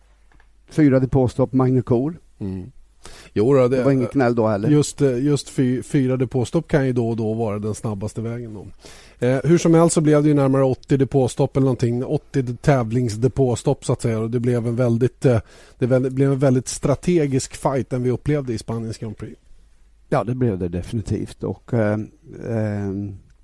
fyra depåstopp, Magnus Kohl. Mm. Jo, det, det var ingen knäll då heller. Just, just fy, fyra depåstopp kan ju då och då vara den snabbaste vägen då. Eh, hur som helst så blev det ju närmare åttio depåstopp eller någonting, åttio tävlingsdepåstopp så att säga, och det blev en väldigt, eh, det blev en väldigt strategisk fight den vi upplevde i Spaniens Grand Prix. Ja, det blev det definitivt, och eh, eh,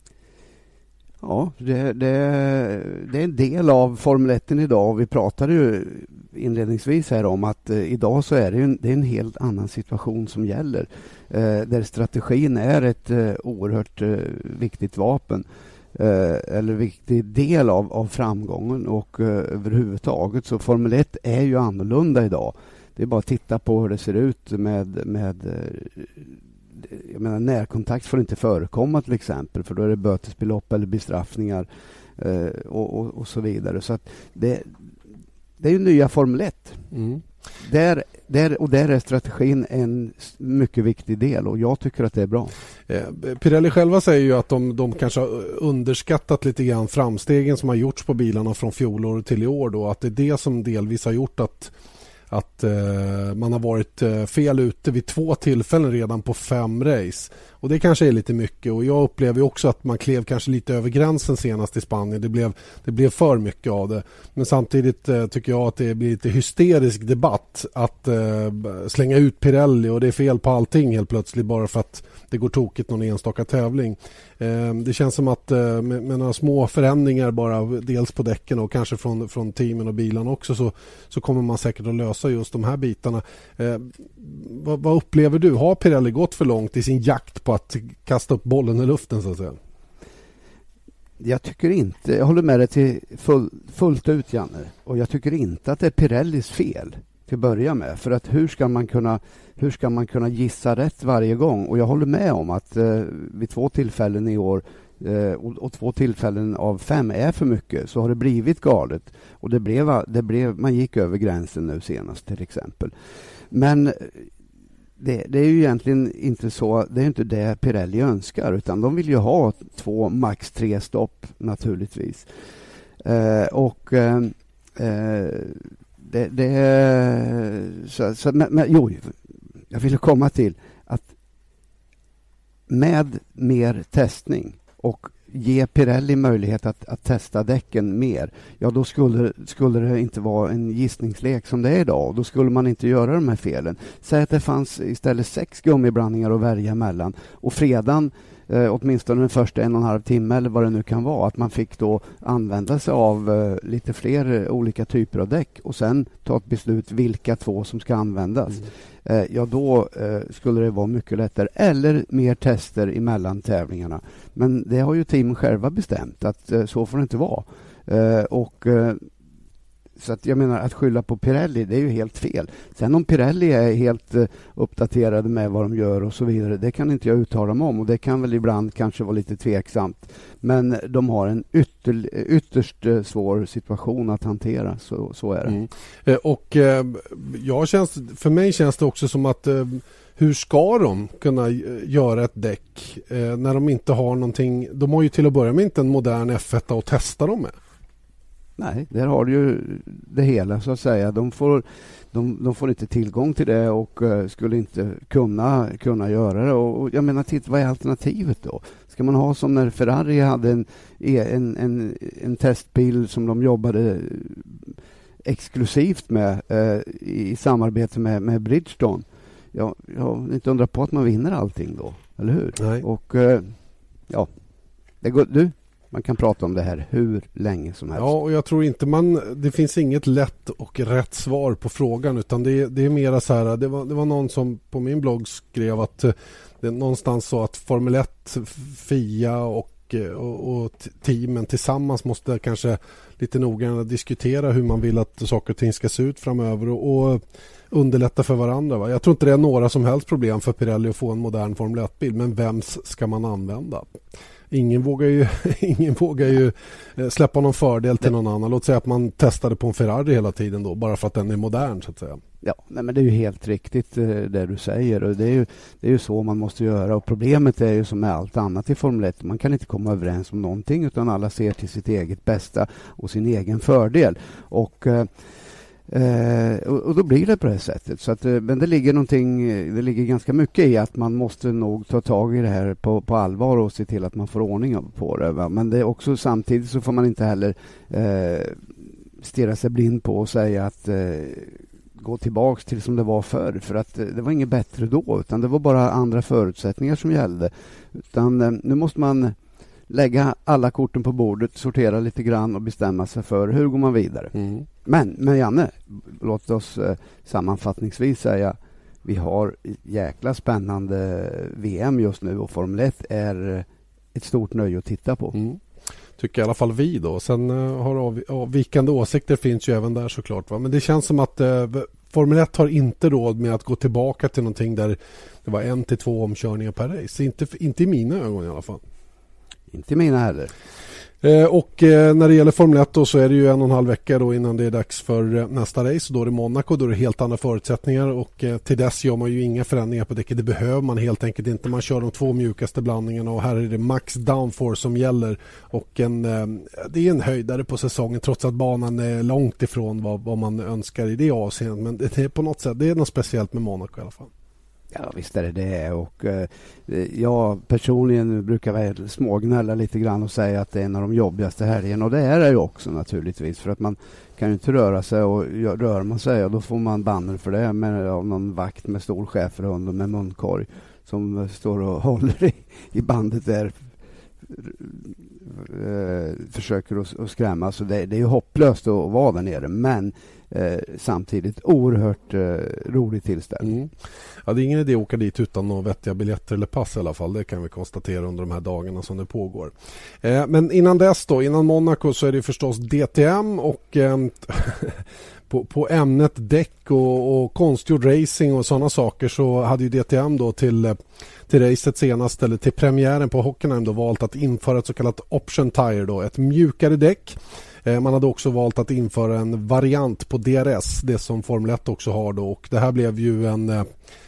ja, det, det, det är en del av Formel ett idag, och vi pratade ju inledningsvis här om att eh, idag så är det, en, det är en helt annan situation som gäller, eh, där strategin är ett eh, oerhört eh, viktigt vapen eh, eller viktig del av, av framgången, och eh, överhuvudtaget så Formel ett är ju annorlunda idag. Det är bara att titta på hur det ser ut med, med eh, jag menar, närkontakt får inte förekomma till exempel, för då är det bötesbelopp eller bestraffningar eh, och, och, och så vidare. Så att det, det är ju nya Formel ett. Mm. Där, där, och där är strategin en mycket viktig del, och jag tycker att det är bra. Eh, Pirelli själva säger ju att de, de kanske har underskattat lite grann framstegen som har gjorts på bilarna från fjolår till i år då, att det är det som delvis har gjort att att eh, man har varit eh, fel ute vid två tillfällen redan på fem race. Och det kanske är lite mycket, och jag upplever också att man klev kanske lite över gränsen senast i Spanien. Det blev, det blev för mycket av det. Men samtidigt eh, tycker jag att det blir lite hysterisk debatt att eh, slänga ut Pirelli, och det är fel på allting helt plötsligt bara för att det går tokigt någon enstaka tävling. Eh, det känns som att eh, med, med några små förändringar bara, dels på däcken och kanske från, från teamen och bilarna också, så, så kommer man säkert att lösa just de här bitarna. Eh, vad, vad upplever du? Har Pirelli gått för långt i sin jakt på att kasta upp bollen i luften, så att säga? Jag tycker inte, jag håller med dig till full, fullt ut, Janne. Och jag tycker inte att det är Pirellis fel till att börja med. För att hur ska man kunna, hur ska man kunna gissa rätt varje gång? Och jag håller med om att eh, vid två tillfällen i år eh, och, och två tillfällen av fem är för mycket, så har det blivit galet. Och det blev, det blev, man gick över gränsen nu senast till exempel. Men Det, det är ju egentligen inte så, det är inte det Pirelli önskar, utan de vill ju ha två, max tre stopp naturligtvis. Eh, och eh, det, det så, så, men, men, jo, jag ville komma till att med mer testning och ge Pirelli möjlighet att, att testa däcken mer, ja då skulle, skulle det inte vara en gissningslek som det är idag. Då skulle man inte göra de här felen. Säg att det fanns istället sex gummiblandningar att välja mellan, och fredagen, eh, åtminstone den första en och en halv timme eller vad det nu kan vara, att man fick då använda sig av eh, lite fler eh, olika typer av däck, och sen ta ett beslut vilka två som ska användas. Mm. Eh, ja, då eh, skulle det vara mycket lättare. Eller mer tester emellan tävlingarna. Men det har ju teamen själva bestämt att eh, så får det inte vara. Eh, och eh, så att jag menar, att skylla på Pirelli, det är ju helt fel. Sen om Pirelli är helt uh, uppdaterade med vad de gör och så vidare, det kan inte jag uttala mig om, och det kan väl ibland kanske vara lite tveksamt. Men de har en ytter, ytterst uh, svår situation att hantera, så, så är det. Mm. Eh, och eh, jag känns, för mig känns det också som att eh, hur ska de kunna göra ett däck eh, när de inte har någonting? De har ju till att börja med inte en modern F ett att testa dem med. Nej, där har du ju det hela så att säga. De får, de, de får inte tillgång till det och uh, skulle inte kunna, kunna göra det. Och, och jag menar, titta, vad är alternativet då? Ska man ha som när Ferrari hade en, en, en, en testbil som de jobbade exklusivt med uh, i samarbete med, med Bridgestone? Ja, jag har inte undrat på att man vinner allting då, eller hur? Nej. Och uh, ja, det går, du... Man kan prata om det här hur länge som helst. Ja, och jag tror inte man, det finns inget lätt och rätt svar på frågan, utan det, det är mera så här, det var, det var någon som på min blogg skrev att det någonstans så att Formel ett, F I A och, och, och teamen tillsammans måste kanske lite noggrannare diskutera hur man vill att saker och ting ska se ut framöver och, och underlätta för varandra. Va? Jag tror inte det är några som helst problem för Pirelli att få en modern Formel ett-bil, men vems ska man använda? Ingen vågar ju, ingen vågar ju släppa någon fördel till någon annan. Låt säga att man testade på en Ferrari hela tiden då, bara för att den är modern så att säga. Ja, nej, men det är ju helt riktigt det du säger, och det är ju, det är ju så man måste göra. Och problemet är ju som med allt annat i Formel ett, man kan inte komma överens om någonting, utan alla ser till sitt eget bästa och sin egen fördel. Och Eh, och, och då blir det på det sättet. Så att, eh, men det ligger någonting, det ligger ganska mycket i att man måste nog ta tag i det här på, på allvar och se till att man får ordning på det. Va? Men det är också, samtidigt så får man inte heller eh, stirra sig blind på och säga att eh, gå tillbaks till som det var förr. För att eh, det var inget bättre då, utan det var bara andra förutsättningar som gällde. Utan eh, nu måste man lägga alla korten på bordet, sortera lite grann och bestämma sig för hur går man vidare. Mm. Men, men Janne, låt oss eh, sammanfattningsvis säga vi har jäkla spännande V M just nu, och Formel ett är ett stort nöje att titta på. Mm. Tycker i alla fall vi då. Sen uh, har av, avvikande åsikter finns ju även där såklart. Va? Men det känns som att uh, Formel ett har inte råd med att gå tillbaka till någonting där det var en till två omkörningar per race. Inte, inte i mina ögon i alla fall. Inte mina heller. Eh, och eh, när det gäller Formel ett då, så är det ju en och en halv vecka då innan det är dags för eh, nästa race. Då är det Monaco, då är det helt andra förutsättningar och eh, till dess gör man ju inga förändringar på däcket. Det behöver man helt enkelt inte. Man kör de två mjukaste blandningarna och här är det max downforce som gäller och en, eh, det är en höjdare på säsongen trots att banan är långt ifrån vad, vad man önskar i det avseendet. Men det är på något sätt, det är något speciellt med Monaco i alla fall. Ja, visst är det det. Och eh, jag personligen brukar väl smågnälla lite grann och säga att det är en av de jobbigaste helgerna. Och det är det ju också naturligtvis. För att man kan ju inte röra sig och rör man sig och då får man banner för det med, av någon vakt med stor schäferhund och med munkorg som står och håller i, i bandet där. Eh, försöker att, att skrämma. Så det, det är ju hopplöst att vara där nere. Men Eh, samtidigt oerhört eh, rolig tillställning. Mm. Ja, det är ingen idé att åka dit utan några vettiga biljetter eller pass i alla fall. Det kan vi konstatera under de här dagarna som det pågår. Eh, men innan dess då, innan Monaco så är det förstås D T M och eh, på, på ämnet däck och, och konstgjord racing och sådana saker så hade ju D T M då till till racet senast eller till premiären på Hockenheim då valt att införa ett så kallat option tire då, ett mjukare däck. Man hade också valt att införa en variant på D R S, det som Formel ett också har då. Och det här blev ju en,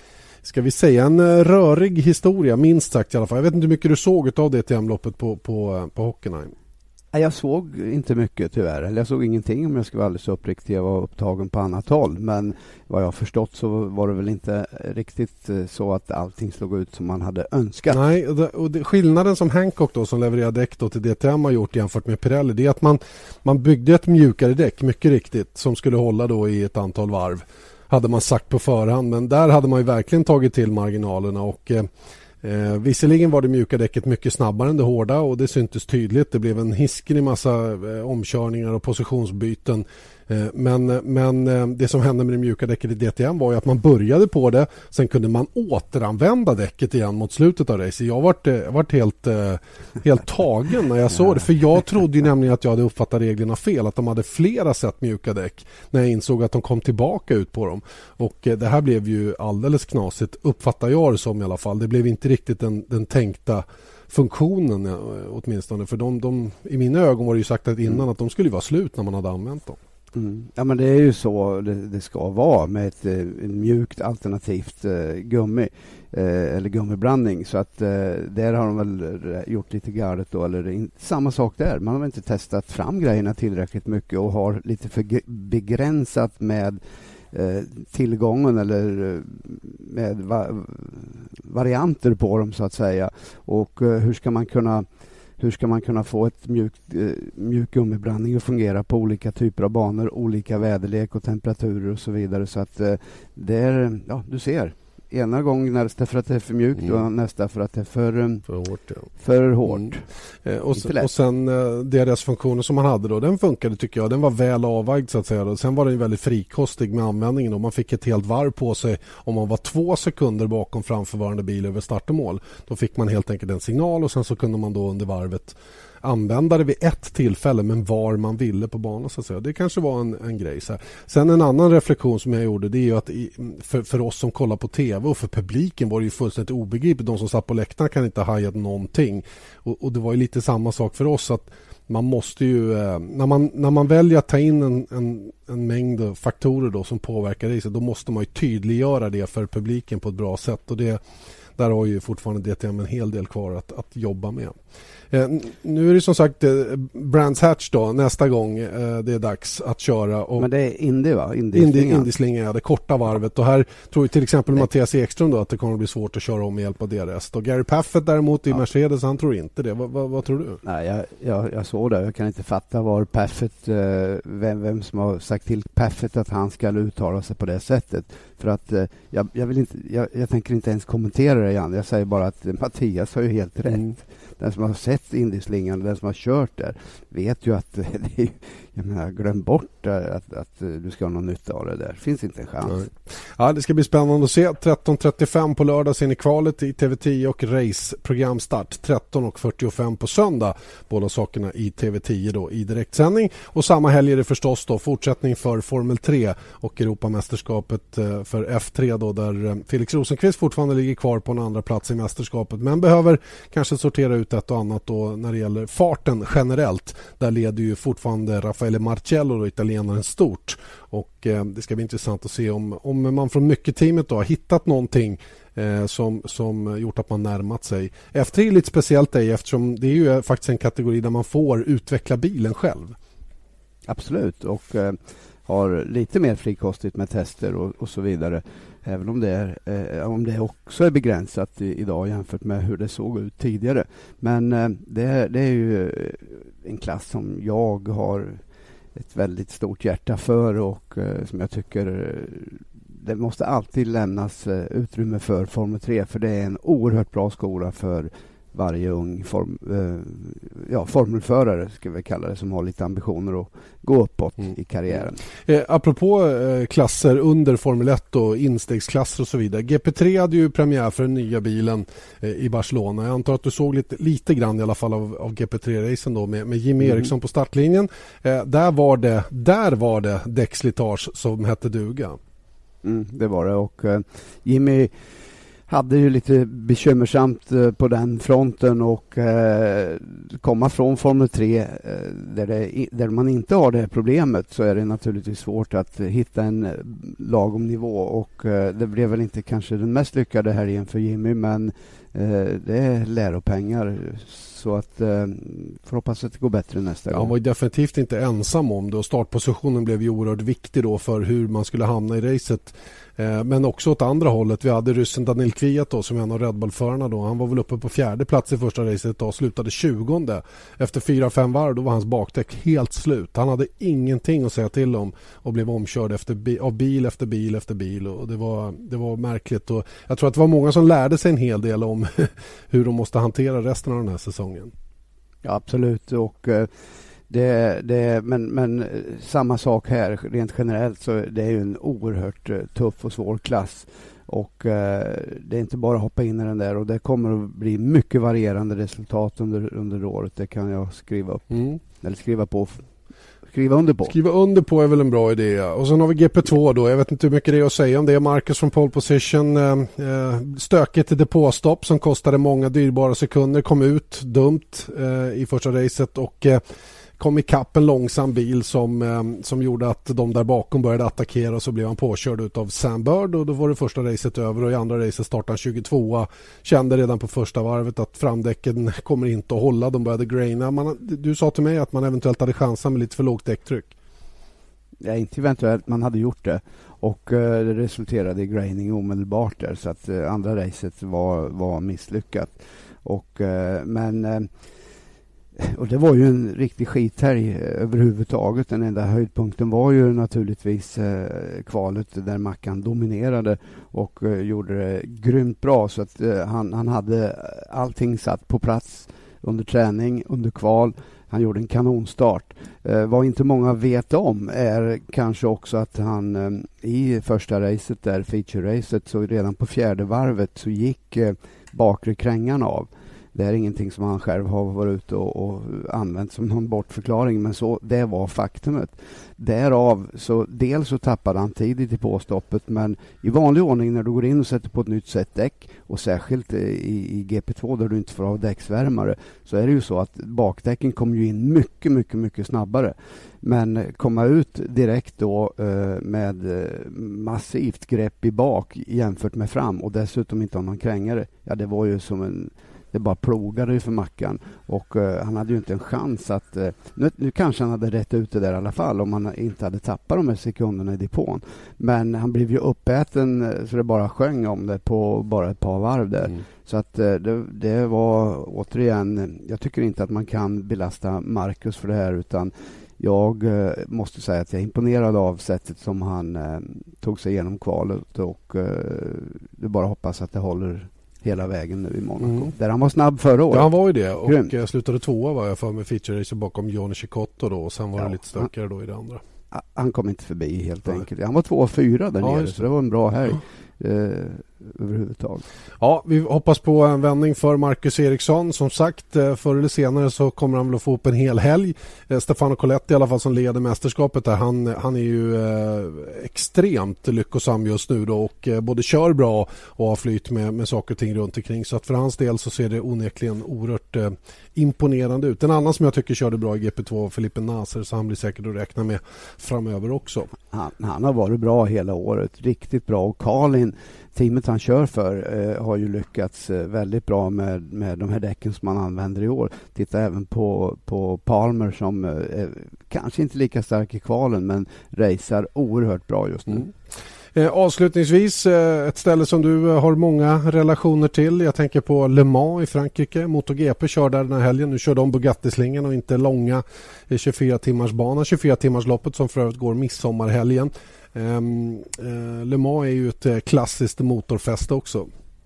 ska vi säga, en rörig historia, minst sagt i alla fall. Jag vet inte hur mycket du såg av D T M-loppet på, på, på Hockenheim. Jag såg inte mycket tyvärr. Eller jag såg ingenting om jag ska vara alldeles uppriktig. Jag var upptagen på annat håll. Men vad jag har förstått så var det väl inte riktigt så att allting slog ut som man hade önskat. Nej, och, det, och det, skillnaden som Hancock då, som levererar däck då till D T M har gjort jämfört med Pirelli, det är att man, man byggde ett mjukare däck, mycket riktigt, som skulle hålla då i ett antal varv. Hade man sagt på förhand. Men där hade man ju verkligen tagit till marginalerna och eh, Eh, visserligen var det mjuka däcket mycket snabbare än det hårda och det syntes tydligt. Det blev en hiskelig massa eh, omkörningar och positionsbyten. Eh, men men eh, det som hände med det mjuka däcket i D T M var ju att man började på det. Sen kunde man återanvända däcket igen mot slutet av racet. Jag var eh, varit helt, eh, helt tagen när jag såg det. För jag trodde ju nämligen att jag hade uppfattat reglerna fel. Att de hade flera sätt mjuka däck när jag insåg att de kom tillbaka ut på dem. Och eh, det här blev ju alldeles knasigt, uppfattar jag det som i alla fall. Det blev inte riktigt den, den tänkta funktionen åtminstone. För de, de, i mina ögon var det ju sagt att innan mm. att de skulle vara slut när man hade använt dem. Mm. Ja, men det är ju så det, det ska vara med ett, ett mjukt alternativt eh, gummi eh, eller gummiblandning. Så att eh, där har de väl gjort lite galet då. Eller in, samma sak där. Man har väl inte testat fram grejerna tillräckligt mycket och har lite för begränsat med Eh, tillgången eller eh, med va- varianter på dem så att säga. Och eh, hur ska man kunna hur ska man kunna få ett mjukt, eh, mjuk gummiblandning att fungera på olika typer av banor, olika väderlek och temperaturer och så vidare. Så att eh, det är, ja du ser, ena gången är det för att det är för mjukt mm. och nästa för att det är för, för hårt. Ja. För hårt. Mm. Eh, och, sen, och sen eh, D R S-funktionen som man hade då, den funkade tycker jag. Den var väl avvägd så att säga. Då. Sen var den väldigt frikostig med användningen och man fick ett helt varv på sig om man var två sekunder bakom framförvarande bil över start och mål. Då fick man helt enkelt en signal och sen så kunde man då under varvet använda det vid ett tillfälle men var man ville på banan så att säga. Det kanske var en, en grej så här. Sen en annan reflektion som jag gjorde det är ju att i, för, för oss som kollar på tv och för publiken var det ju fullständigt obegripligt. De som satt på läktarna kan inte ha hajat någonting. Och, och det var ju lite samma sak för oss att man måste ju, eh, när, man, när man väljer att ta in en, en, en mängd faktorer då som påverkar det så då måste man ju tydliggöra det för publiken på ett bra sätt och det, där har ju fortfarande D T M en hel del kvar att, att jobba med. Eh, nu är det som sagt eh, Brands Hatch då, nästa gång eh, det är dags att köra. Och men det är Indy va? Indy-slingan, Indy ja, det korta varvet. Och här tror ju till exempel Nej. Mattias Ekström då att det kommer att bli svårt att köra om med hjälp av D R S. Och Gary Paffett däremot i ja. Mercedes, han tror inte det. Vad, vad, vad tror du? Nej, jag, jag, jag såg det. Jag kan inte fatta var Paffett, eh, vem, vem som har sagt till Paffett att han ska uttala sig på det sättet. För att eh, jag, jag, vill inte, jag, jag tänker inte ens kommentera det igen. Jag säger bara att Mattias har ju helt rätt. Mm. Den som har sett Indy-slingan, den som har kört där, vet ju att det är, jag menar, glöm bort att, att du ska ha någon nytta av det där. Finns inte en chans. Nej. Ja, det ska bli spännande att se. tretton trettiofem på lördag ser ni kvalet i T V tio och raceprogramstart. tretton fyrtiofem på söndag. Båda sakerna i T V tio då i direktsändning. Och samma helg är det förstås då fortsättning för Formel tre och Europamästerskapet för F tre då där Felix Rosenqvist fortfarande ligger kvar på en andra plats i mästerskapet men behöver kanske sortera ut ut ett och annat då när det gäller farten generellt. Där leder ju fortfarande Raffaele Marcello och italienaren stort. Och eh, det ska bli intressant att se om, om man från mycket-teamet då har hittat någonting eh, som, som gjort att man närmat sig. F tre är lite speciellt det, eftersom det är ju faktiskt en kategori där man får utveckla bilen själv. Absolut, och eh, har lite mer frikostigt med tester och, och så vidare. Även om det, är, eh, om det också är begränsat i, idag jämfört med hur det såg ut tidigare. Men eh, det, det är ju en klass som jag har ett väldigt stort hjärta för och eh, som jag tycker eh, det måste alltid lämnas eh, utrymme för Formel tre, för det är en oerhört bra skola för varje ung form, eh, ja, formelförare ska vi kalla det, som har lite ambitioner att gå uppåt mm. i karriären. Eh, apropå eh, klasser under Formel ett och instegsklasser och så vidare. G P tre hade ju premiär för den nya bilen eh, i Barcelona. Jag antar att du såg lite, lite grann i alla fall av, av G P tre-racen då med, med Jimmy mm. Eriksson på startlinjen. Eh, där var det där var det däckslitage som hette duga. Mm, det var det, och eh, Jimmy hade ju lite bekymmersamt eh, på den fronten och eh, komma från Formel tre eh, där, det, där man inte har det här problemet, så är det naturligtvis svårt att eh, hitta en eh, lagom nivå, och eh, det blev väl inte kanske den mest lyckade här igen för Jimmy, men eh, det är läropengar, så att eh, får hoppas att det går bättre nästa ja, gång. Han var ju definitivt inte ensam om det, och startpositionen blev ju oerhört viktig då för hur man skulle hamna i racet. Men också åt andra hållet. Vi hade ryssen Daniel Kvyat då, som är en av Red Bull-förarna då. Han var väl uppe på fjärde plats i första racet och slutade tjugonde. Efter fyra fem varv då var hans bakdäck helt slut. Han hade ingenting att säga till om och blev omkörd efter bi- av bil efter bil efter bil. Och det var, det var märkligt. Och jag tror att det var många som lärde sig en hel del om hur de måste hantera resten av den här säsongen. Ja, absolut. Och Det, det, men, men samma sak här, rent generellt så det är ju en oerhört tuff och svår klass, och eh, det är inte bara att hoppa in i den där, och det kommer att bli mycket varierande resultat under, under året, det kan jag skriva upp mm. eller skriva på Skriva under på. Skriva under på är väl en bra idé. Och sen har vi G P två då. Jag vet inte hur mycket det är att säga om det. Marcus från pole position. Eh, stökigt depåstopp som kostade många dyrbara sekunder. Kom ut dumt eh, i första racet och eh, kom i kapp en långsam bil som, eh, som gjorde att de där bakom började attackera, och så blev han påkörd utav Sam Bird, och då var det första racet över, och i andra racet startade han tjugotvåa. Kände redan på första varvet att framdäcken kommer inte att hålla, de började graina. Man, du sa till mig att man eventuellt hade chansen med lite för lågt däcktryck. Ja, inte eventuellt, man hade gjort det, och eh, det resulterade i graining omedelbart där, så att eh, andra racet var, var misslyckat. Och, eh, men eh, Och det var ju en riktig skithelg överhuvudtaget. Den enda höjdpunkten var ju naturligtvis eh, kvalet där Mackan dominerade och eh, gjorde det grymt bra. Så att eh, han, han hade allting satt på plats under träning, under kval. Han gjorde en kanonstart. Eh, vad inte många vet om är kanske också att han eh, i första racet där, feature-racet, så redan på fjärde varvet så gick eh, bakre krängan av. Det är ingenting som han själv har varit ute och, och använt som någon bortförklaring, men så det var faktumet. Därav så dels så tappade han tidigt i påstoppet, men i vanlig ordning när du går in och sätter på ett nytt set däck, och särskilt i, i G P två där du inte får ha däcksvärmare, så är det ju så att bakdäcken kommer ju in mycket, mycket, mycket snabbare. Men komma ut direkt då eh, med massivt grepp i bak jämfört med fram, och dessutom inte ha någon krängare, ja det var ju som en Det bara plogade ju för Mackan, och uh, han hade ju inte en chans att uh, nu, nu kanske han hade rätt ut det där i alla fall om han inte hade tappat de här sekunderna i depån, men han blev ju uppäten uh, så det bara sjöng om det på bara ett par varv där. Mm. Så att uh, det, det var återigen, jag tycker inte att man kan belasta Marcus för det här, utan jag uh, måste säga att jag är imponerad av sättet som han uh, tog sig igenom kvalet, och uh, det bara hoppas att det håller hela vägen nu i Monaco. Mm. Där han var snabb förra året. Ja, han var ju det. Och Grymt. Jag slutade tvåa var jag för med feature race bakom Johnny Cicotto då. Och sen var ja, det lite stökigare då i det andra. Han kom inte förbi helt Nej. enkelt. Han var två och fyra där ja, nere, så det var en bra helg. Ja. Uh, överhuvudtaget. Ja, vi hoppas på en vändning för Marcus Eriksson. Som sagt, förr eller senare så kommer han väl att få upp en hel helg. Stefano Coletti i alla fall som leder mästerskapet där. Han, han är ju eh, extremt lyckosam just nu då och eh, både kör bra och har flyt med, med saker och ting runt omkring. Så att för hans del så ser det onekligen oerhört eh, imponerande ut. En annan som jag tycker körde bra i G P två, Felipe Nasr, så han blir säkert att räkna med framöver också. Han, han har varit bra hela året, riktigt bra. Och Carlin, teamet han kör för, eh, har ju lyckats eh, väldigt bra med, med de här däcken som man använder i år. Titta även på, på Palmer som eh, kanske inte lika stark i kvalen men racear oerhört bra just nu. Mm. Eh, avslutningsvis, eh, ett ställe som du eh, har många relationer till. Jag tänker på Le Mans i Frankrike. MotoGP kör där den här helgen. Nu kör de Bugatti-slingan och inte långa eh, tjugofyra timmars bana. tjugofyra timmars loppet som för övrigt går midsommarhelgen. Eh, eh, Le Mans är ju ett eh, klassiskt motorfäste också.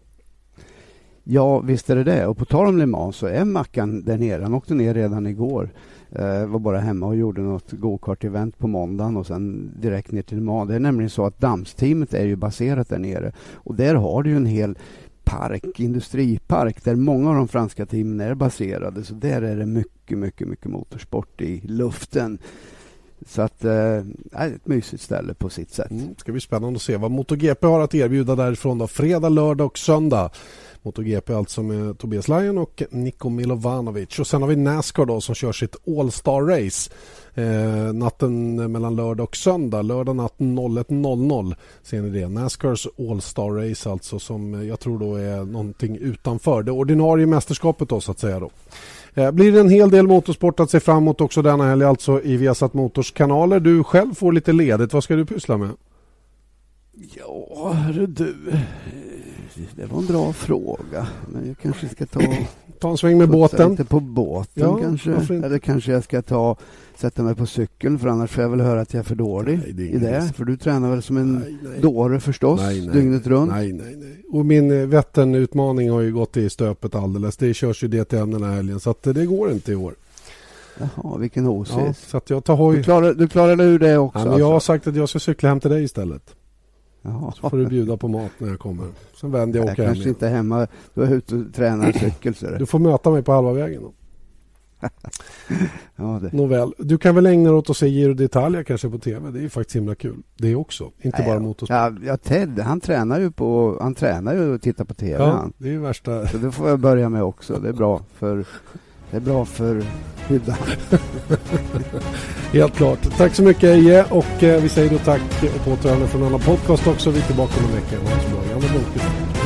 Ja, visst är det det. Och på tal om Le Mans så är Mackan där nere. Han åkte ner redan igår. Uh, var bara hemma och gjorde något go-kart-event på måndagen och sen direkt ner till Le Mans. Det är nämligen så att Damsteamet är ju baserat där nere. Och där har du ju en hel park, industripark där många av de franska teamen är baserade. Så där är det mycket, mycket, mycket motorsport i luften. Så att, eh, ett mysigt ställe på sitt sätt. Mm, det ska bli spännande att se vad MotoGP har att erbjuda därifrån då. Fredag, lördag och söndag. MotoGP alltså med Tobias Lajen och Niko Milovanovic. Och sen har vi NASCAR då som kör sitt All-Star-race eh, natten mellan lördag och söndag. Lördag natten ett noll noll ser ni det. NASCARs All-Star-race alltså som jag tror då är någonting utanför det ordinarie mästerskapet då så att säga då. Eh, blir det en hel del motorsport att se fram emot också denna helg alltså i Viasat Motors kanaler. Du själv får lite ledigt. Vad ska du pyssla med? Ja, hörru du. Det var en bra fråga. Men jag kanske ska ta... ta en sväng med båten. Inte på båten ja, kanske. Eller kanske jag ska ta sätta mig på cykeln. För annars får jag väl höra att jag är för dålig nej, det är i det. Risk. För du tränar väl som en nej, nej. dåre förstås. Nej, nej. Dygnet runt. Nej, nej, nej. Och min Vättern-utmaning har ju gått i stöpet alldeles. Det körs ju D T M den här helgen. Så att det går inte i år. Jaha, vilken osis. Ja, så att jag tar hoj... Du klarar, du klarar ur det också? Ja, men jag alltså. har sagt att jag ska cykla hem till dig istället. Jaha. Så får du bjuda på mat när jag kommer. Sen vänder jag och åker hem. Jag kanske inte hemma. Du är ute och tränar cykel. Så du får möta mig på halva vägen då. Ja, det. Nåväl. Du kan väl ägna dig åt att se Giro d'Italia kanske på tv. Det är faktiskt himla kul. Det också. Inte Nej, bara motorsport. Ja, ja, Ted, han tränar ju på han tränar ju och tittar på tv. Ja, han. det är ju värsta. Så det får jag börja med också. Det är bra för det är bra för hyddan. Helt klart. Tack så mycket Eje och eh, vi säger då tack och påträffande från en annan podcast också. Vi är tillbaka om en vecka. Ha det så bra.